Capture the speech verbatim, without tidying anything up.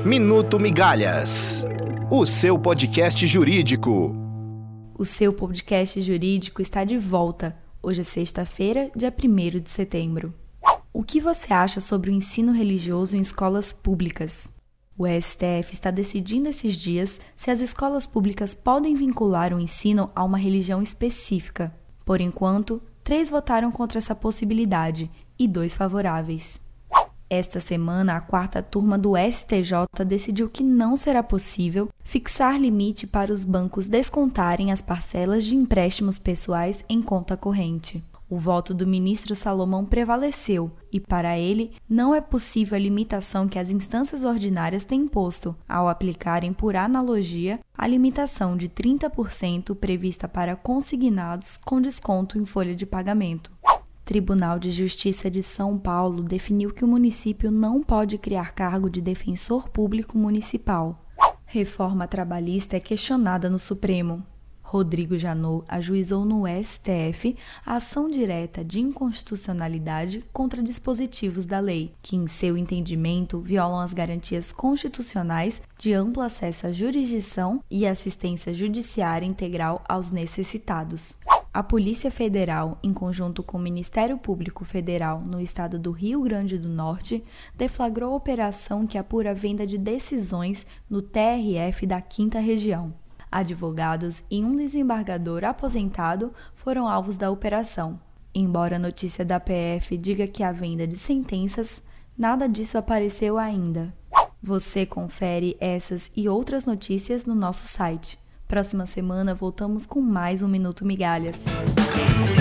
Minuto Migalhas, o seu podcast jurídico. O seu podcast jurídico está de volta. Hoje é sexta-feira, dia primeiro de setembro. O que você acha sobre o ensino religioso em escolas públicas? O S T F está decidindo esses dias se as escolas públicas podem vincular o ensino a uma religião específica. Por enquanto, três votaram contra essa possibilidade e dois favoráveis. Esta semana, a quarta turma do S T J decidiu que não será possível fixar limite para os bancos descontarem as parcelas de empréstimos pessoais em conta corrente. O voto do ministro Salomão prevaleceu e, para ele, não é possível a limitação que as instâncias ordinárias têm imposto, ao aplicarem, por analogia, a limitação de trinta por cento prevista para consignados com desconto em folha de pagamento. Tribunal de Justiça de São Paulo definiu que o município não pode criar cargo de defensor público municipal. Reforma trabalhista é questionada no Supremo. Rodrigo Janot ajuizou no S T F a ação direta de inconstitucionalidade contra dispositivos da lei, que, em seu entendimento, violam as garantias constitucionais de amplo acesso à jurisdição e assistência judiciária integral aos necessitados. A Polícia Federal, em conjunto com o Ministério Público Federal no estado do Rio Grande do Norte, deflagrou a operação que apura a venda de decisões no T R F da quinta Região. Advogados e um desembargador aposentado foram alvos da operação. Embora a notícia da P F diga que há venda de sentenças, nada disso apareceu ainda. Você confere essas e outras notícias no nosso site. Próxima semana voltamos com mais um Minuto Migalhas.